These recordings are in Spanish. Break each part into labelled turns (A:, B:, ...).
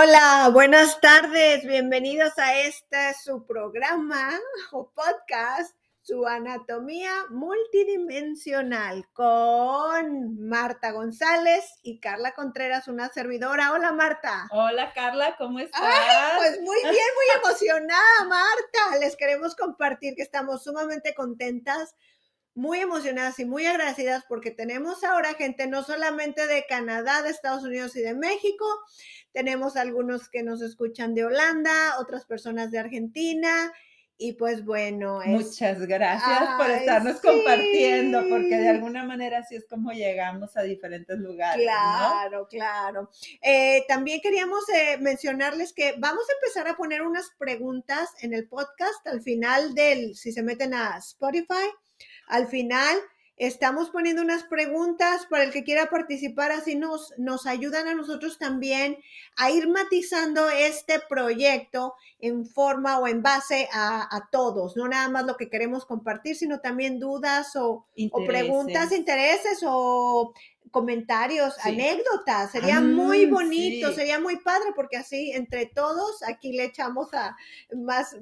A: Hola, buenas tardes, bienvenidos a su programa o podcast, su anatomía multidimensional con Marta González y Carla Contreras, una servidora. Hola, Marta.
B: Hola, Carla, ¿cómo estás?
A: Pues muy bien, muy emocionada, Marta. Les queremos compartir que estamos sumamente contentas, muy emocionadas y muy agradecidas porque tenemos ahora gente no solamente de Canadá, de Estados Unidos y de México, tenemos algunos que nos escuchan de Holanda, otras personas de Argentina y pues bueno,
B: Muchas gracias por estarnos compartiendo, porque de alguna manera así es como llegamos a diferentes lugares,
A: claro,
B: ¿no?
A: Claro. También queríamos mencionarles que vamos a empezar a poner unas preguntas en el podcast al final si se meten a Spotify, al final estamos poniendo unas preguntas para el que quiera participar, así nos ayudan a nosotros también a ir matizando este proyecto en forma o en base a todos, no nada más lo que queremos compartir, sino también dudas o preguntas, intereses o comentarios, sí, anécdotas. Sería muy bonito, sí, sería muy padre porque así entre todos aquí le echamos a más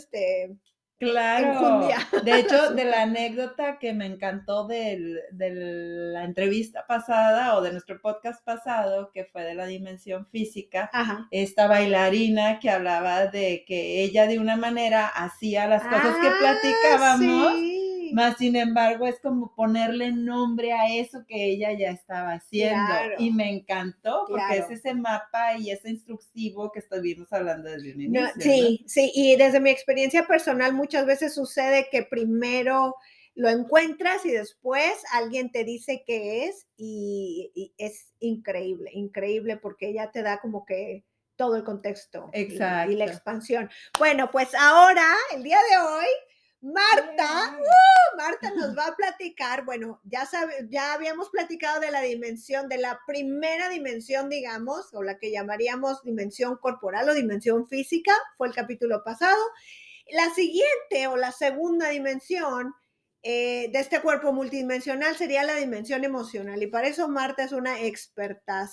B: Claro,
A: enjundia.
B: De hecho, de la anécdota que me encantó de la entrevista pasada o de nuestro podcast pasado, que fue de la dimensión física,
A: Ajá.
B: Esta bailarina que hablaba de que ella de una manera hacía las cosas que platicábamos, sí, más sin embargo es como ponerle nombre a eso que ella ya estaba haciendo. Claro. Y me encantó porque claro, es ese mapa y ese instructivo que estuvimos hablando desde un inicio.
A: Sí, ¿no? Sí, y desde mi experiencia personal muchas veces sucede que primero lo encuentras y después alguien te dice qué es y es increíble, increíble porque ella te da como que todo el contexto y la expansión. Bueno, pues ahora, el día de hoy, Marta nos va a platicar, bueno, ya habíamos platicado de la dimensión, de la primera dimensión, digamos, o la que llamaríamos dimensión corporal o dimensión física, fue el capítulo pasado. La siguiente o la segunda dimensión de este cuerpo multidimensional sería la dimensión emocional y para eso Marta es una experta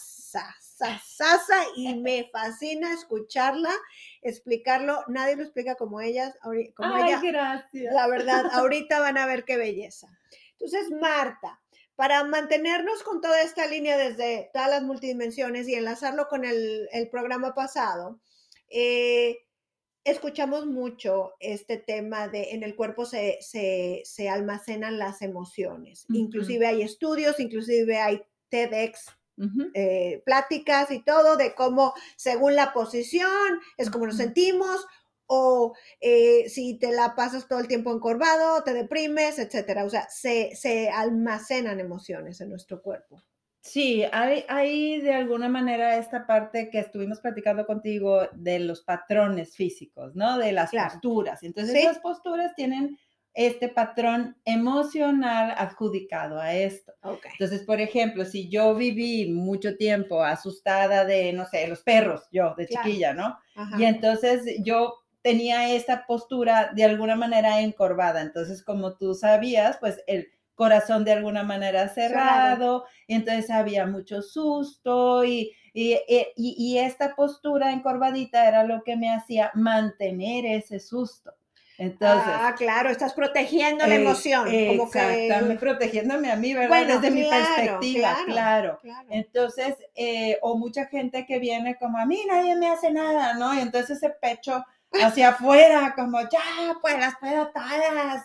A: y me fascina escucharla, explicarlo, nadie lo explica como ella.
B: Gracias.
A: La verdad, ahorita van a ver qué belleza. Entonces, Marta, para mantenernos con toda esta línea desde todas las multidimensiones y enlazarlo con el programa pasado, escuchamos mucho este tema de en el cuerpo se almacenan las emociones. Inclusive hay estudios, inclusive hay TEDx, pláticas y todo de cómo según la posición es como nos sentimos o si te la pasas todo el tiempo encorvado, te deprimes, etcétera. O sea, se almacenan emociones en nuestro cuerpo.
B: Sí, hay de alguna manera esta parte que estuvimos platicando contigo de los patrones físicos, ¿no? De las posturas. Entonces, ¿sí? Las posturas tienen este patrón emocional adjudicado a esto.
A: Okay.
B: Entonces, por ejemplo, si yo viví mucho tiempo asustada de, no sé, los perros, yo de chiquilla, ¿no? Ajá. Y entonces yo tenía esta postura de alguna manera encorvada. Entonces, como tú sabías, pues el corazón de alguna manera cerrado. Y entonces había mucho susto y esta postura encorvadita era lo que me hacía mantener ese susto. Entonces,
A: claro, estás protegiendo la emoción.
B: Exactamente, protegiéndome a mí, ¿verdad? Bueno, desde mi perspectiva, claro. Entonces, o mucha gente que viene como, a mí nadie me hace nada, ¿no? Y entonces ese pecho hacia afuera, como, ya, pues las puedo todas.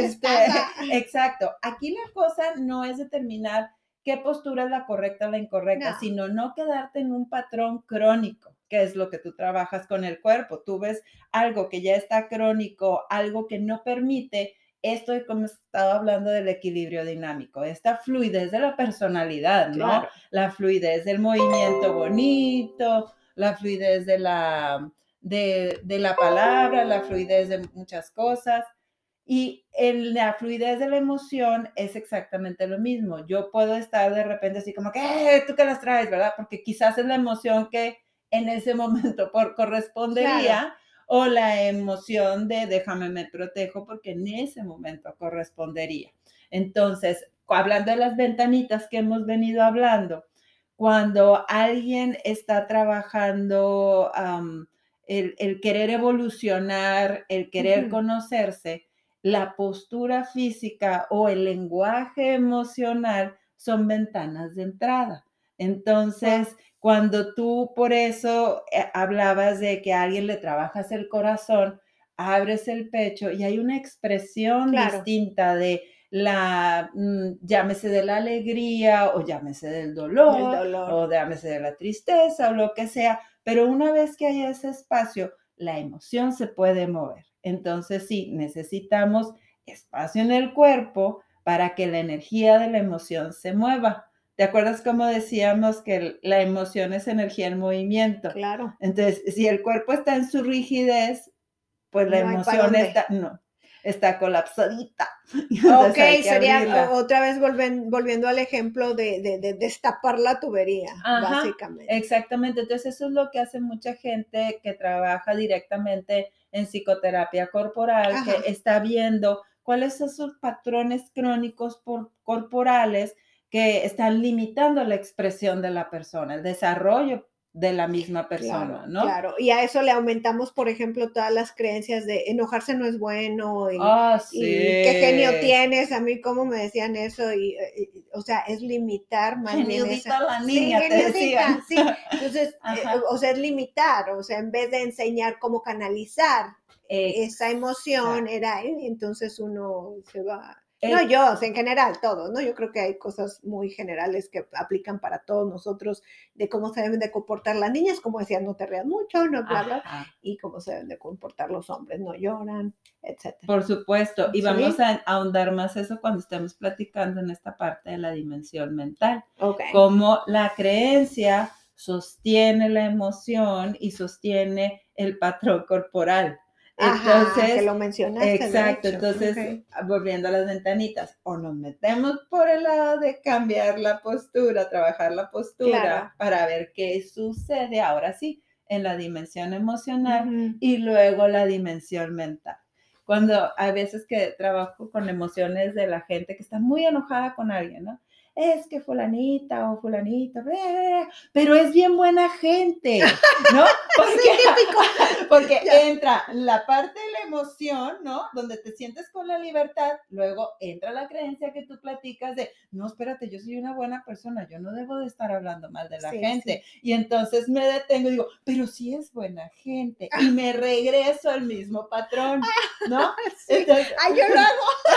B: Exacto. Aquí la cosa no es determinar qué postura es la correcta o la incorrecta, sino no quedarte en un patrón crónico, que es lo que tú trabajas con el cuerpo. Tú ves algo que ya está crónico, algo que no permite esto de como estaba hablando del equilibrio dinámico, esta fluidez de la personalidad, ¿no? Claro. La fluidez del movimiento bonito, la fluidez de la palabra, la fluidez de muchas cosas. Y en la fluidez de la emoción es exactamente lo mismo. Yo puedo estar de repente así como que, ¿tú qué las traes, verdad? Porque quizás es la emoción que en ese momento correspondería, claro, o la emoción de déjame me protejo porque en ese momento correspondería. Entonces, hablando de las ventanitas que hemos venido hablando, cuando alguien está trabajando el querer evolucionar, el querer conocerse, la postura física o el lenguaje emocional son ventanas de entrada. Entonces, cuando tú por eso hablabas de que a alguien le trabajas el corazón, abres el pecho y hay una expresión distinta de llámese de la alegría o llámese del dolor o llámese de la tristeza o lo que sea, pero una vez que hay ese espacio, la emoción se puede mover. Entonces sí, necesitamos espacio en el cuerpo para que la energía de la emoción se mueva. ¿Te acuerdas cómo decíamos que la emoción es energía en movimiento?
A: Claro.
B: Entonces, si el cuerpo está en su rigidez, pues la emoción está colapsadita.
A: Ok, sería otra vez volviendo al ejemplo de destapar la tubería, básicamente.
B: Exactamente, entonces eso es lo que hace mucha gente que trabaja directamente en psicoterapia corporal, que está viendo cuáles son sus patrones crónicos corporales que están limitando la expresión de la persona, el desarrollo de la misma persona, ¿no?
A: Claro, y a eso le aumentamos, por ejemplo, todas las creencias de enojarse no es bueno y qué genio tienes, a mí cómo me decían eso y o sea, es limitar más bien esa...
B: la niña, te decían.
A: Sí, entonces, o sea, es limitar, o sea, en vez de enseñar cómo canalizar esa emoción, entonces uno se va... No yo, en general, todos, ¿no? Yo creo que hay cosas muy generales que aplican para todos nosotros de cómo se deben de comportar las niñas, como decían, no te rías mucho, no bla, bla, y cómo se deben de comportar los hombres, no lloran, etcétera.
B: Por supuesto, y vamos a ahondar más eso cuando estemos platicando en esta parte de la dimensión mental. Cómo la creencia sostiene la emoción y sostiene el patrón corporal. Entonces,
A: que lo mencionaste.
B: Exacto, entonces, volviendo a las ventanitas, o nos metemos por el lado de cambiar la postura, trabajar la postura para ver qué sucede ahora sí en la dimensión emocional y luego la dimensión mental. Cuando hay veces que trabajo con emociones de la gente que está muy enojada con alguien, ¿no? Es que fulanita o fulanita, pero es bien buena gente, ¿no? Porque entra la parte de la emoción, ¿no? Donde te sientes con la libertad, luego entra la creencia que tú platicas de, no, espérate, yo soy una buena persona, yo no debo de estar hablando mal de la gente. Y entonces me detengo y digo, pero sí es buena gente. Y me regreso al mismo patrón, ¿no? Entonces,
A: yo lo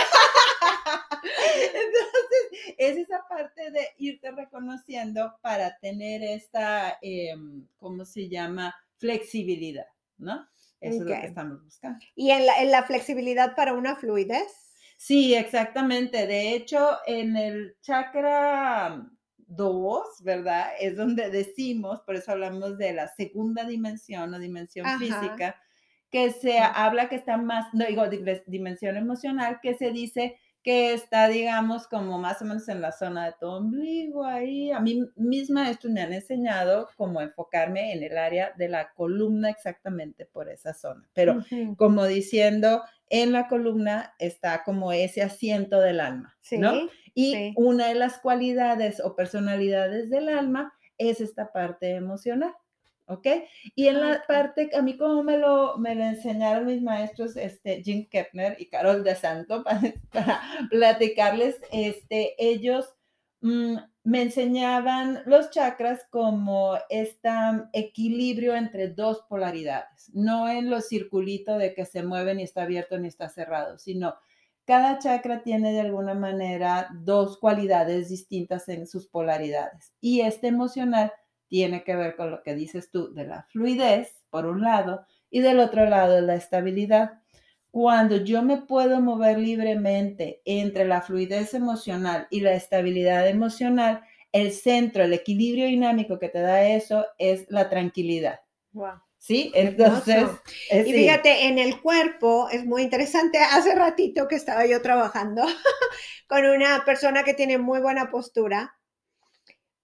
A: hago.
B: Entonces, es esa parte de irte reconociendo para tener esta, ¿cómo se llama? Flexibilidad, ¿no? Eso es lo que estamos buscando.
A: ¿Y en la flexibilidad para una fluidez?
B: Sí, exactamente. De hecho, en el chakra 2, ¿verdad? Es donde decimos, por eso hablamos de la segunda dimensión o dimensión física, que se habla que está más, no digo, dimensión emocional, que se dice que está, digamos, como más o menos en la zona de tu ombligo, ahí. A mí, mis maestros me han enseñado cómo enfocarme en el área de la columna exactamente por esa zona. Pero como diciendo, en la columna está como ese asiento del alma, ¿no? Y una de las cualidades o personalidades del alma es esta parte emocional. ¿Ok? Y en la parte, a mí como me lo enseñaron mis maestros, Jim Kepner y Carol de Santo, para platicarles, ellos me enseñaban los chakras como este equilibrio entre dos polaridades, no en los circulitos de que se mueve ni está abierto ni está cerrado, sino cada chakra tiene de alguna manera dos cualidades distintas en sus polaridades. Y emocional tiene que ver con lo que dices tú de la fluidez, por un lado, y del otro lado de la estabilidad. Cuando yo me puedo mover libremente entre la fluidez emocional y la estabilidad emocional, el centro, el equilibrio dinámico que te da eso es la tranquilidad.
A: Wow.
B: ¿Sí? Entonces...
A: y fíjate, en el cuerpo es muy interesante. Hace ratito que estaba yo trabajando con una persona que tiene muy buena postura,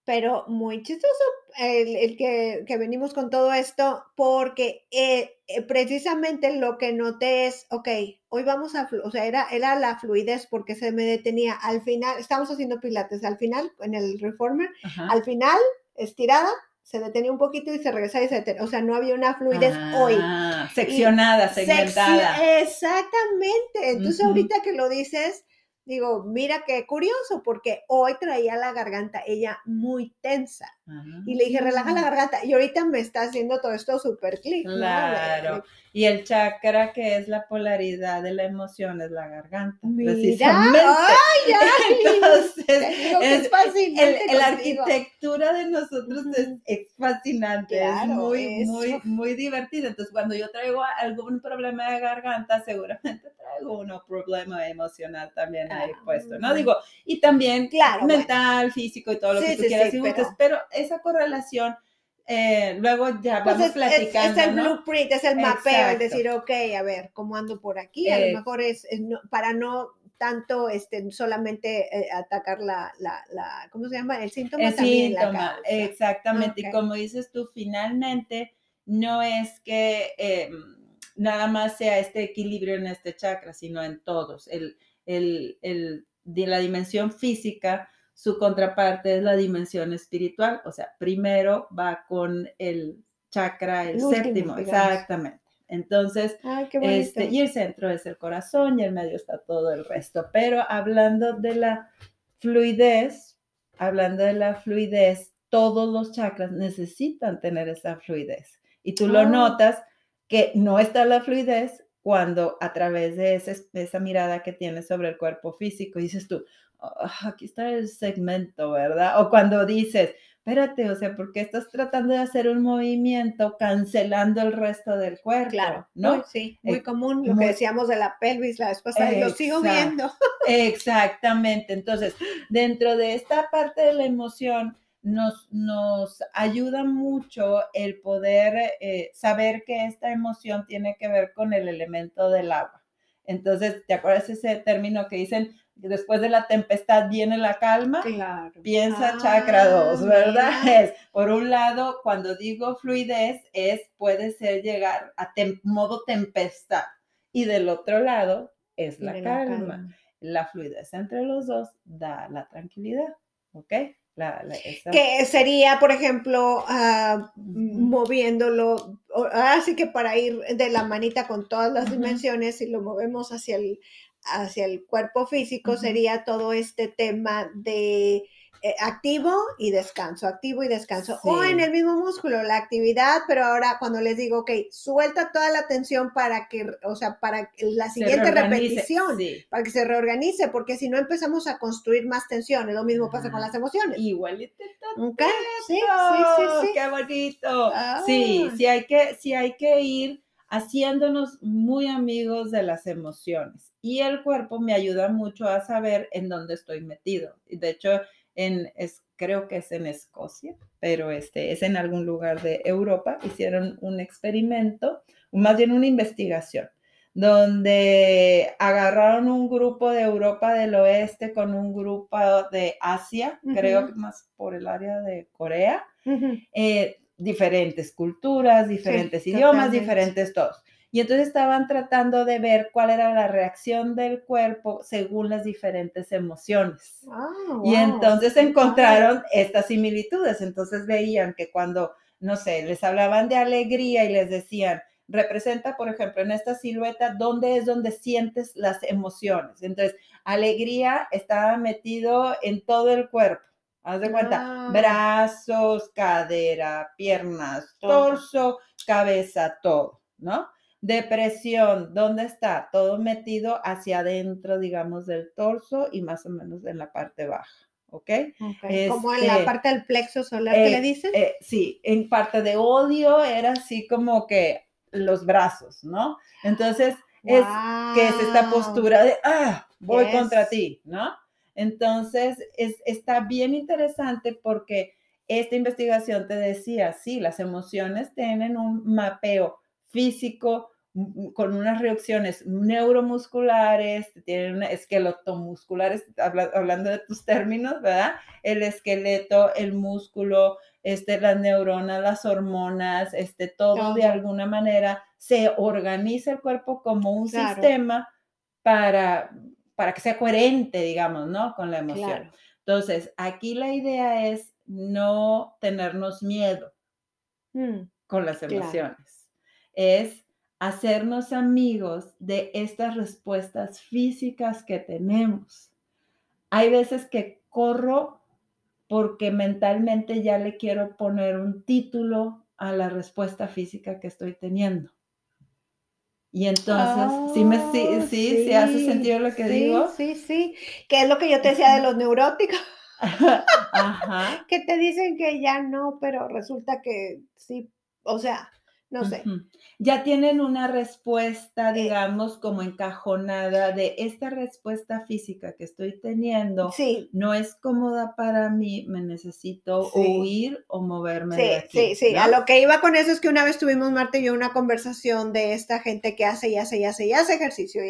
A: Pero muy chistoso el que venimos con todo esto, porque precisamente lo que noté es, ok, hoy vamos a, o sea, era la fluidez porque se me detenía. Al final, estamos haciendo pilates, al final, en el reformer, al final, estirada, se detenía un poquito y se regresaba y se detenía. O sea, no había una fluidez hoy.
B: Seccionada, segmentada.
A: Exactamente. Entonces, ahorita que lo dices, digo, mira qué curioso, porque hoy traía la garganta ella muy tensa. Y le dije, relaja la garganta. Y ahorita me está haciendo todo esto súper clic,
B: claro.
A: ¿no?
B: Y el chakra, que es la polaridad de la emoción, es la garganta.
A: Mira,
B: precisamente.
A: ¡ay,
B: entonces,
A: te digo que es fascinante.
B: La arquitectura de nosotros es fascinante,
A: claro,
B: es muy divertida. Entonces, cuando yo traigo algún problema de garganta, seguramente traigo un problema emocional también ahí puesto, ¿no? Digo, y también mental, físico y todo lo que tú quieras y gustes, pero esa correlación, luego ya
A: pues
B: vamos platicando,
A: es el
B: ¿no?
A: blueprint, es el mapeo, el decir, ok, a ver, ¿cómo ando por aquí? A lo mejor es no, para no tanto solamente atacar ¿cómo se llama? El síntoma
B: el
A: también
B: síntoma,
A: la causa.
B: exactamente. Okay. Y como dices tú, finalmente no es que nada más sea este equilibrio en este chakra, sino en todos. De la dimensión física, su contraparte es la dimensión espiritual. O sea, primero va con el chakra, el séptimo, último, exactamente. Entonces, y el centro es el corazón y en medio está todo el resto. Pero hablando de la fluidez, todos los chakras necesitan tener esa fluidez. Y tú lo notas que no está la fluidez cuando a través de esa mirada que tienes sobre el cuerpo físico, dices tú, aquí está el segmento, ¿verdad? O cuando dices, espérate, o sea, ¿por qué estás tratando de hacer un movimiento cancelando el resto del cuerpo?
A: Claro, ¿no? Sí, muy común lo que decíamos de la pelvis la vez pasada y lo sigo viendo.
B: Exactamente. Entonces, dentro de esta parte de la emoción, nos ayuda mucho el poder saber que esta emoción tiene que ver con el elemento del agua. Entonces, ¿te acuerdas ese término que dicen, después de la tempestad viene la calma?
A: Claro.
B: Piensa chakra 2, ¿verdad? Es, por un lado, cuando digo fluidez, puede ser llegar a modo tempestad. Y del otro lado es la calma. La fluidez entre los dos da la tranquilidad, ¿ok?
A: Que sería, por ejemplo, moviéndolo, así que para ir de la manita con todas las dimensiones, si lo movemos hacia el cuerpo físico, sería todo este tema de activo y descanso, sí. O en el mismo músculo, la actividad, pero ahora cuando les digo, ok, suelta toda la tensión para que, o sea, para la siguiente repetición, para que se reorganice, porque si no empezamos a construir más tensión, lo mismo pasa con las emociones.
B: Igualito.
A: Okay. Sí.
B: ¡Qué bonito! Sí hay que ir haciéndonos muy amigos de las emociones. Y el cuerpo me ayuda mucho a saber en dónde estoy metido. De hecho, creo que es en Escocia, pero es en algún lugar de Europa, hicieron un experimento, más bien una investigación, donde agarraron un grupo de Europa del Oeste con un grupo de Asia, creo que más por el área de Corea, diferentes culturas, diferentes idiomas, totalmente. Diferentes todos. Y entonces estaban tratando de ver cuál era la reacción del cuerpo según las diferentes emociones.
A: Wow,
B: y entonces encontraron estas similitudes. Entonces veían que cuando, no sé, les hablaban de alegría y les decían, representa, por ejemplo, en esta silueta, ¿dónde es donde sientes las emociones? Entonces, alegría estaba metido en todo el cuerpo. Haz de cuenta, brazos, cadera, piernas, torso, cabeza, todo, ¿no? Depresión, ¿dónde está? Todo metido hacia adentro, digamos, del torso y más o menos en la parte baja, ¿ok?
A: Como en la parte del plexo solar que le dicen.
B: Sí, en parte de odio era así como que los brazos, ¿no? Entonces, es que es esta postura de, voy contra ti, ¿no? Entonces, está bien interesante porque esta investigación te decía, sí, las emociones tienen un mapeo físico con unas reacciones neuromusculares, tienen esqueletomusculares, hablando de tus términos, ¿verdad? El esqueleto, el músculo, las neuronas, las hormonas, todo de alguna manera se organiza el cuerpo como un sistema para que sea coherente, digamos, ¿no? Con la emoción. Claro. Entonces, aquí la idea es no tenernos miedo con las emociones. Claro. Es hacernos amigos de estas respuestas físicas que tenemos. Hay veces que corro porque mentalmente ya le quiero poner un título a la respuesta física que estoy teniendo. Y entonces, ¿sí hace sentido lo que digo?
A: Sí. Que es lo que yo te decía de los neuróticos. Ajá. Que te dicen que ya no, pero resulta que sí, o sea, no sé.
B: Ya tienen una respuesta, digamos, como encajonada de esta respuesta física que estoy teniendo.
A: Sí.
B: No es cómoda para mí, me necesito huir o moverme de aquí.
A: Sí. ¿No? A lo que iba con eso es que una vez tuvimos, Marta y yo, una conversación de esta gente que hace ejercicio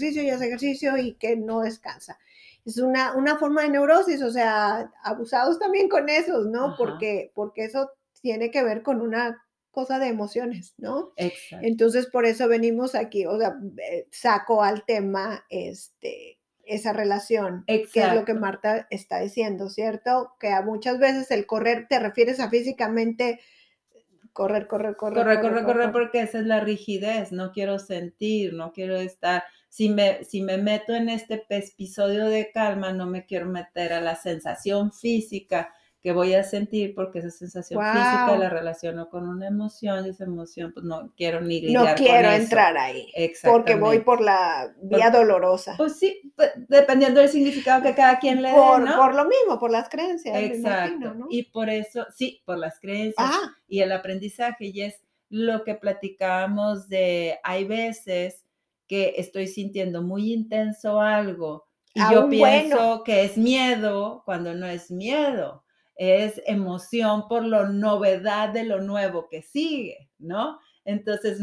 A: y que no descansa. Es una forma de neurosis, o sea, abusados también con esos, ¿no? Porque eso tiene que ver con una cosa de emociones, ¿no?
B: Exacto.
A: Entonces, por eso venimos aquí, o sea, saco al tema, esa relación. Exacto. Que es lo que Marta está diciendo, ¿cierto? Que a muchas veces el correr, te refieres a físicamente correr,
B: porque esa es la rigidez, no quiero sentir, no quiero estar, si me meto en este episodio de calma, no me quiero meter a la sensación física que voy a sentir, porque esa sensación física la relaciono con una emoción, y esa emoción, pues no quiero ni lidiar con eso.
A: No quiero entrar ahí, porque voy por la vía dolorosa.
B: Pues sí, dependiendo del significado que cada quien le dé, ¿no?
A: Por lo mismo, por las creencias,
B: exacto.
A: Me imagino, ¿no?
B: Y por eso, sí, por las creencias y el aprendizaje, y es lo que platicábamos de, hay veces que estoy sintiendo muy intenso algo, y yo pienso que es miedo cuando no es miedo. Es emoción por la novedad de lo nuevo que sigue, ¿no? Entonces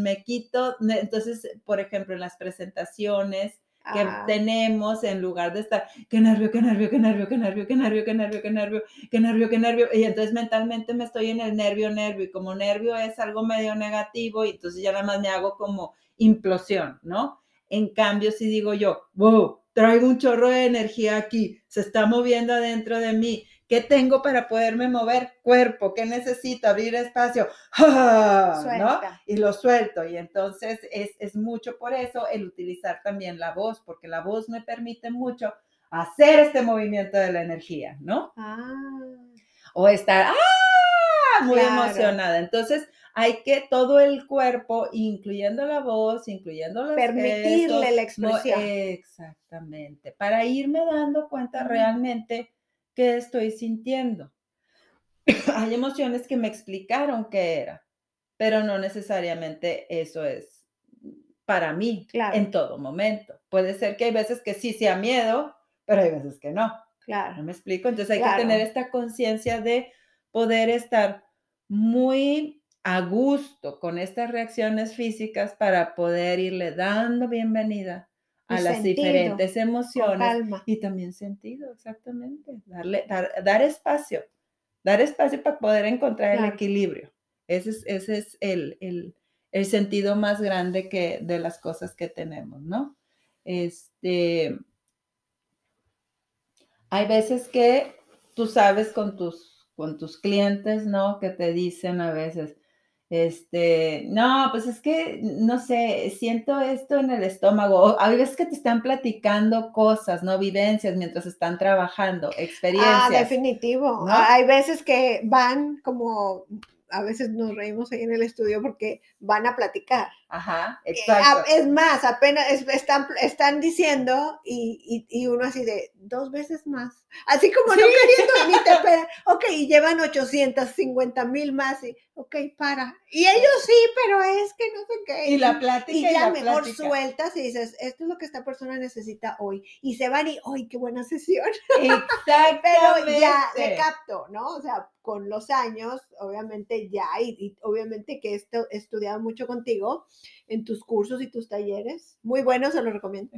B: por ejemplo, en las presentaciones que tenemos, en lugar de estar, qué nervio, y entonces mentalmente me estoy en el nervio, y como nervio es algo medio negativo, y entonces ya nada más me hago como implosión, ¿no? En cambio, si digo yo, wow, traigo un chorro de energía aquí, se está moviendo adentro de mí, ¿qué tengo para poderme mover? Cuerpo, ¿qué necesito? Abrir espacio, ¿no? Y lo suelto. Y entonces es mucho por eso el utilizar también la voz, porque la voz me permite mucho hacer este movimiento de la energía, ¿no? O estar, muy emocionada. Entonces, hay que todo el cuerpo, incluyendo la voz, incluyendo los
A: permitirle
B: gestos,
A: la expresión.
B: Exactamente, para irme dando cuenta realmente qué estoy sintiendo. Hay emociones que me explicaron qué era, pero no necesariamente eso es para mí en todo momento. Puede ser que hay veces que sí sea miedo, pero hay veces que no.
A: Claro.
B: ¿No me explico? Entonces hay que tener esta conciencia de poder estar muy a gusto con estas reacciones físicas para poder irle dando bienvenida a las diferentes emociones y también sentido, exactamente. Dar espacio para poder encontrar el equilibrio. Ese es el sentido más grande de las cosas que tenemos, ¿no? Hay veces que tú sabes con tus clientes, ¿no? Que te dicen a veces, no, pues es que, no sé, siento esto en el estómago. Hay veces que te están platicando cosas, ¿no? Vivencias mientras están trabajando, experiencias.
A: Definitivo. ¿No? Hay veces que van como, a veces nos reímos ahí en el estudio porque van a platicar.
B: Ajá, exacto.
A: Es más, apenas están diciendo y uno así de 2 veces más. Así como no queriendo ni te esperan. Ok, y llevan 850,000 más. Y, ok, para. Y ellos sí, pero es que no sé qué.
B: Y la plática
A: y ya mejor sueltas y dices, esto es lo que esta persona necesita hoy. Y se van y, ¡ay, qué buena sesión!
B: Exactamente.
A: Pero ya le capto, ¿no? O sea, con los años, obviamente ya, y obviamente que he estudiado mucho contigo, en tus cursos y tus talleres, muy buenos, se los recomiendo,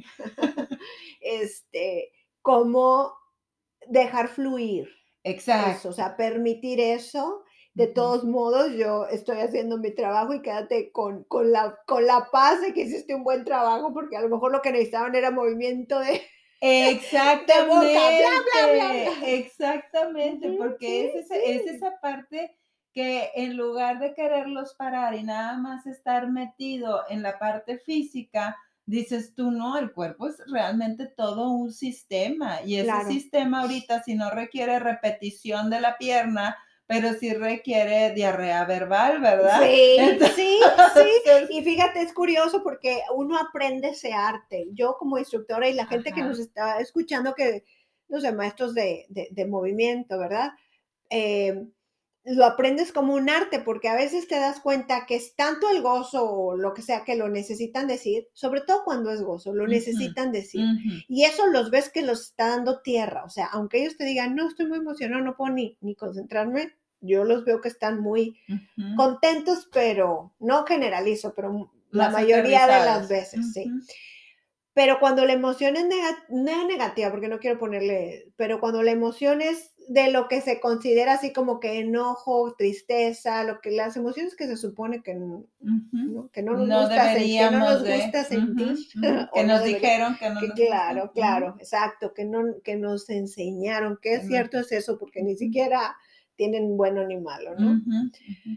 A: cómo dejar fluir
B: Exacto.
A: eso, o sea, permitir eso. De todos modos, yo estoy haciendo mi trabajo y quédate con la paz de que hiciste un buen trabajo, porque a lo mejor lo que necesitaban era movimiento de
B: Exactamente,
A: boca, bla, bla, bla, bla.
B: Exactamente, porque
A: Sí,
B: es esa parte que en lugar de quererlos parar y nada más estar metido en la parte física, dices tú, no, el cuerpo es realmente todo un sistema y ese
A: claro.
B: sistema ahorita si no requiere repetición de la pierna, pero sí requiere diarrea verbal, ¿verdad?
A: Sí,
B: Entonces,
A: sí, sí. Y fíjate, es curioso porque uno aprende ese arte. Yo como instructora y la gente que nos
B: ajá,
A: está escuchando, que, no sé, maestros de movimiento, ¿verdad? Eh, lo aprendes como un arte porque a veces te das cuenta que es tanto el gozo o lo que sea que lo necesitan decir, sobre todo cuando es gozo, lo
B: ujú,
A: necesitan decir.
B: ujú.
A: Y eso los ves que los está dando tierra. O sea, aunque ellos te digan, no, estoy muy emocionado, no puedo ni concentrarme, yo los veo que están muy
B: Ujú.
A: contentos, pero no generalizo, pero la
B: Más
A: mayoría de las
B: aterrizados.
A: veces, sí.
B: Ujú.
A: Pero cuando la emoción es no negativa, porque no quiero ponerle, pero cuando la emoción es de lo que se considera así como que enojo, tristeza, lo que las emociones que se supone que
B: Ujú.
A: ¿no? Que no nos
B: No
A: gusta que no
B: deberíamos
A: nos
B: de
A: gusta sentir
B: ujú, ujú, que
A: o no
B: nos
A: debería,
B: dijeron que no
A: que
B: nos gustan.
A: claro, claro, exacto, que nos enseñaron, que
B: Que
A: es
B: no
A: cierto es eso, porque ni
B: ujú,
A: siquiera tienen bueno ni malo, ¿no?
B: ujú, ujú,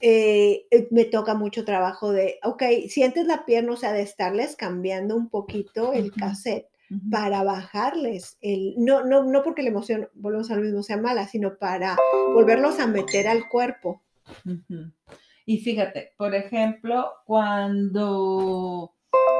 A: Me toca mucho trabajo de, okey, sientes la pierna, o sea, de estarles cambiando un poquito el
B: ujú,
A: cassette
B: ujú,
A: para bajarles el no porque la emoción, volvemos a lo mismo, sea mala, sino para volverlos a meter al cuerpo.
B: ujú. Y fíjate, por ejemplo, cuando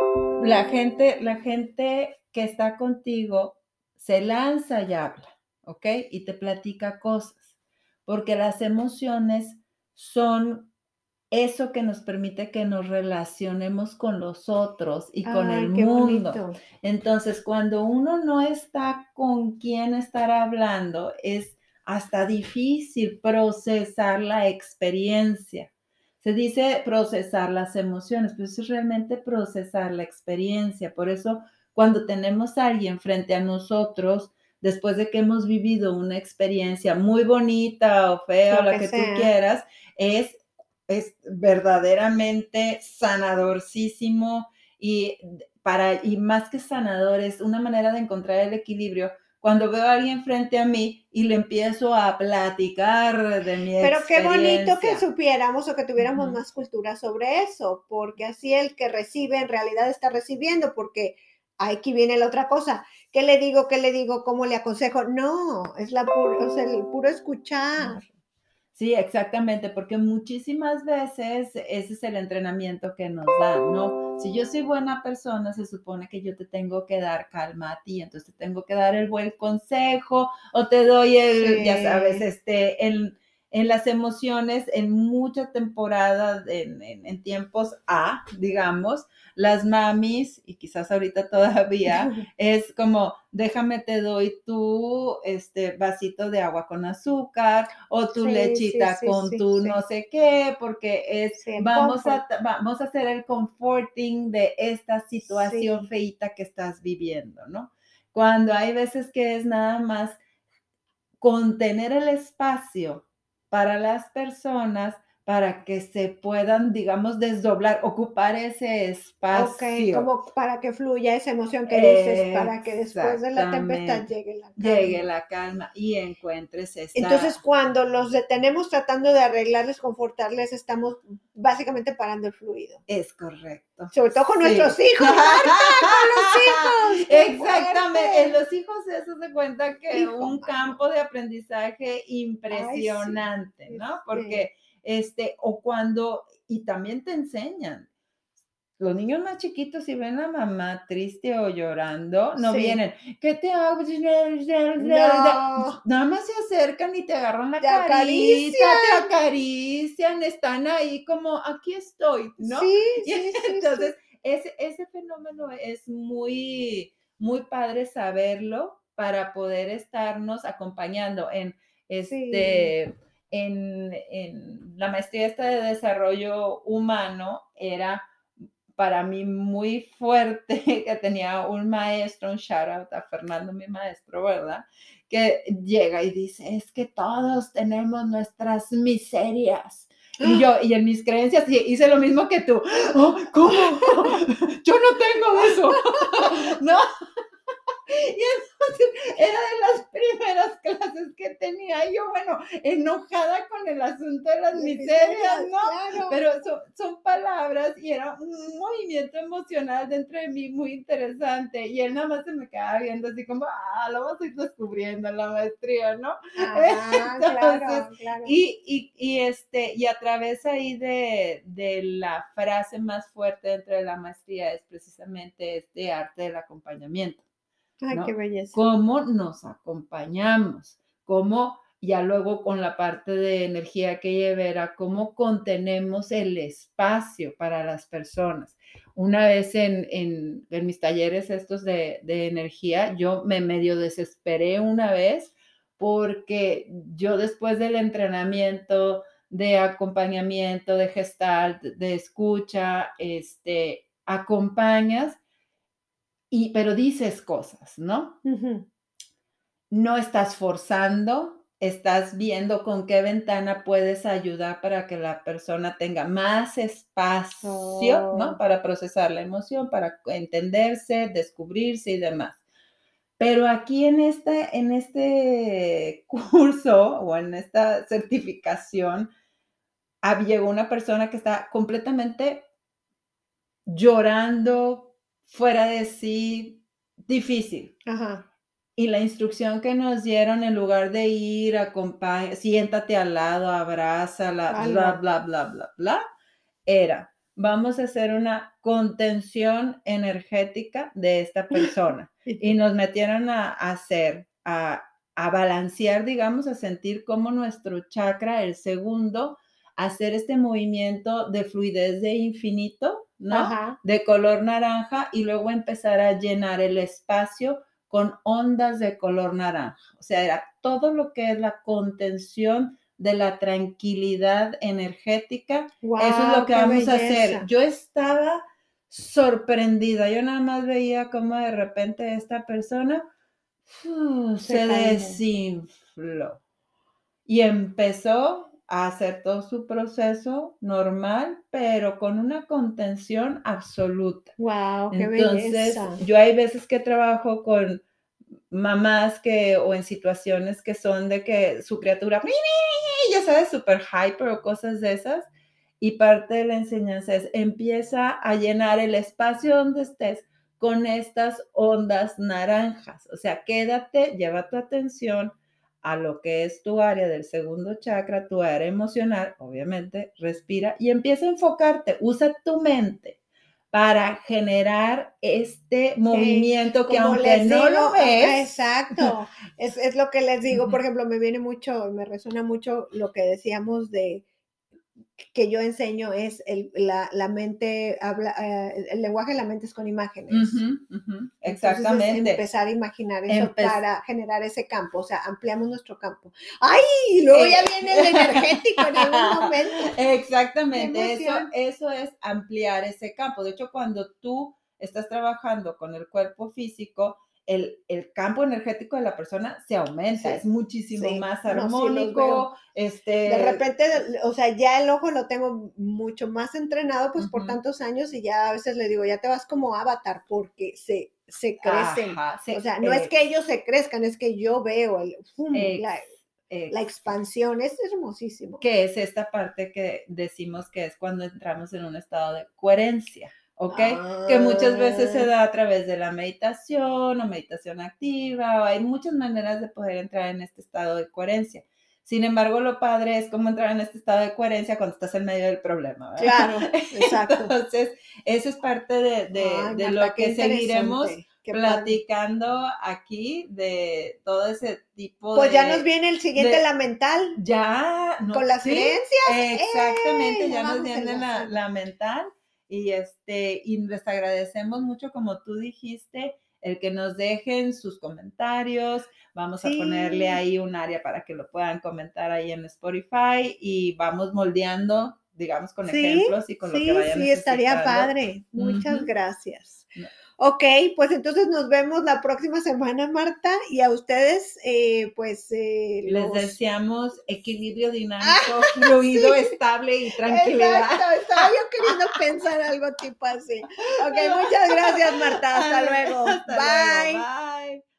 B: la gente que está contigo se lanza y habla, ¿ok? Y te platica cosas, porque las emociones son eso que nos permite que nos relacionemos con los otros y con el
A: Ay, qué
B: mundo.
A: bonito.
B: Entonces, cuando uno no está con quién estar hablando, es hasta difícil procesar la experiencia. Se dice procesar las emociones, pero eso es realmente procesar la experiencia. Por eso, cuando tenemos a alguien frente a nosotros, después de que hemos vivido una experiencia muy bonita o fea o
A: Lo
B: la
A: que
B: que tú
A: sea.
B: quieras, es verdaderamente sanadorcísimo y más que sanador, es una manera de encontrar el equilibrio. Cuando veo a alguien frente a mí y le empiezo a platicar de mi
A: Pero qué bonito que
B: experiencia.
A: supiéramos o que tuviéramos
B: Ujú.
A: más cultura sobre eso, porque así el que recibe en realidad está recibiendo, porque aquí viene la otra cosa. ¿Qué le digo? ¿Qué le digo? ¿Cómo le aconsejo? No, es o sea, el puro escuchar.
B: Sí, exactamente, porque muchísimas veces ese es el entrenamiento que nos dan, ¿no? Si yo soy buena persona, se supone que yo te tengo que dar calma a ti, entonces te tengo que dar el buen consejo o te doy ya sabes,
A: Sí,
B: en las emociones, en mucha temporada, en tiempos A, digamos, las mamis, y quizás ahorita todavía, es como, déjame te doy tu vasito de agua con azúcar o tu
A: sí, sí,
B: lechita
A: sí,
B: con
A: sí,
B: tu no
A: sí,
B: sé qué, porque
A: sí, el comfort,
B: vamos a hacer el comforting de esta situación
A: sí.
B: feita que estás viviendo, ¿no? Cuando hay veces que es nada más contener el espacio para las personas para que se puedan, digamos, desdoblar, ocupar ese
A: Okey,
B: espacio.
A: como para que fluya esa emoción que dices, para que después de la tempestad
B: Exactamente.
A: llegue la
B: Llegue
A: calma.
B: la calma y encuentres
A: Entonces,
B: esa
A: cuando los detenemos tratando de arreglarles, confortarles, estamos básicamente parando el fluido.
B: es correcto.
A: Sobre todo con nuestros
B: Sí.
A: hijos, Marta, con los hijos, qué
B: Exactamente. En
A: fuerte.
B: los hijos eso se cuenta que
A: Hijo,
B: un
A: mano.
B: campo de aprendizaje
A: Ay, sí.
B: impresionante, ¿no?
A: Sí.
B: Porque, o cuando y también te enseñan. Los niños más chiquitos, si ven a mamá triste o llorando, no
A: Sí.
B: vienen, ¿qué te hago?
A: No,
B: Nada más se acercan y te agarran la
A: te
B: carita, te
A: acarician.
B: acarician, están ahí como, aquí estoy, ¿no?
A: Sí,
B: Y
A: sí, sí,
B: entonces,
A: sí.
B: ese fenómeno es muy, muy padre saberlo para poder estarnos acompañando
A: Sí.
B: en la maestría esta de desarrollo humano era para mí muy fuerte, que tenía un maestro, un shout out a Fernando, mi maestro, ¿verdad? Que llega y dice, es que todos tenemos nuestras miserias. Y en mis creencias hice lo mismo que tú. Oh, ¿cómo? Yo no tengo eso. ¿No? Y entonces era de las primeras clases que tenía yo, bueno, enojada con el asunto de las miserias, ¿no? Claro. Pero son palabras y era un movimiento emocional dentro de mí muy interesante. Y él nada más se me quedaba viendo así como, lo vas a ir descubriendo en la maestría, ¿no?
A: Ajá, entonces, claro.
B: Y a través ahí de la frase más fuerte dentro de la maestría es precisamente este arte del acompañamiento.
A: Ay,
B: ¿no?
A: qué belleza.
B: Cómo nos acompañamos, cómo ya luego con la parte de energía que lleva, cómo contenemos el espacio para las personas. Una vez en mis talleres estos de energía, yo me medio desesperé una vez porque yo después del entrenamiento de acompañamiento, de gestalt, de escucha, acompañas, pero dices cosas, ¿no?
A: Uh-huh.
B: No estás forzando, estás viendo con qué ventana puedes ayudar para que la persona tenga más espacio, ¿no? Para procesar la emoción, para entenderse, descubrirse y demás. Pero aquí en este curso o en esta certificación, llegó una persona que está completamente llorando, fuera de sí, difícil.
A: Ajá.
B: Y la instrucción que nos dieron, en lugar de ir, siéntate al lado, abrázala, bla, bla, bla, bla, bla, era, vamos a hacer una contención energética de esta persona. Y nos metieron a balancear, digamos, a sentir cómo nuestro chakra, el segundo, hacer este movimiento de fluidez de infinito, ¿no?
A: Ajá.
B: De color naranja, y luego empezar a llenar el espacio con ondas de color naranja. O sea, era todo lo que es la contención de la tranquilidad energética.
A: Wow,
B: eso es lo que vamos
A: belleza.
B: a hacer. Yo estaba sorprendida. Yo nada más veía cómo de repente esta persona se desinfló y empezó a hacer todo su proceso normal, pero con una contención absoluta.
A: Wow, qué
B: Entonces,
A: belleza.
B: Yo hay veces que trabajo con mamás o en situaciones que son de que su criatura, ya sabes, súper hyper o cosas de esas, y parte de la enseñanza es, empieza a llenar el espacio donde estés con estas ondas naranjas. O sea, quédate, lleva tu atención a lo que es tu área del segundo chakra, tu área emocional, obviamente, respira y empieza a enfocarte, usa tu mente para generar este movimiento que aunque no lo ves.
A: Exacto, es lo que les digo, por ejemplo, me resuena mucho lo que decíamos de que yo enseño es la mente habla, el lenguaje de la mente es con imágenes.
B: Exactamente.
A: Entonces es empezar a imaginar eso para generar ese campo, o sea, ampliamos nuestro campo. ¡Ay! Y luego ya viene el energético en algún momento.
B: Exactamente, eso es ampliar ese campo. De hecho, cuando tú estás trabajando con el cuerpo físico, el campo energético de la persona se aumenta, es muchísimo más armónico.
A: De repente, o sea, ya el ojo lo tengo mucho más entrenado, pues por tantos años, y ya a veces le digo, ya te vas como Avatar, porque se crecen. O sea, no es que ellos se crezcan, es que yo veo la expansión, es hermosísimo.
B: Que es esta parte que decimos que es cuando entramos en un estado de coherencia. ¿Ok? Que muchas veces se da a través de la meditación o meditación activa, o hay muchas maneras de poder entrar en este estado de coherencia. Sin embargo, lo padre es cómo entrar en este estado de coherencia cuando estás en medio del problema, ¿verdad?
A: Claro, exacto.
B: Entonces, eso es parte de Marta, lo que seguiremos platicando aquí, de todo ese tipo
A: pues ya nos viene el siguiente, la mental.
B: Ya.
A: Con las creencias.
B: Exactamente, ya nos viene la mental. Y les agradecemos mucho, como tú dijiste, el que nos dejen sus comentarios. Vamos a ponerle ahí un área para que lo puedan comentar ahí en Spotify y vamos moldeando digamos, con ejemplos y con lo que vayan necesitando.
A: Sí, estaría padre. Muchas gracias. Ok, pues entonces nos vemos la próxima semana, Marta, y a ustedes,
B: les deseamos equilibrio dinámico, fluido, estable y tranquilidad.
A: Exacto, estaba yo queriendo pensar algo tipo así. Ok, muchas gracias, Marta. Hasta luego.
B: Hasta luego. Bye.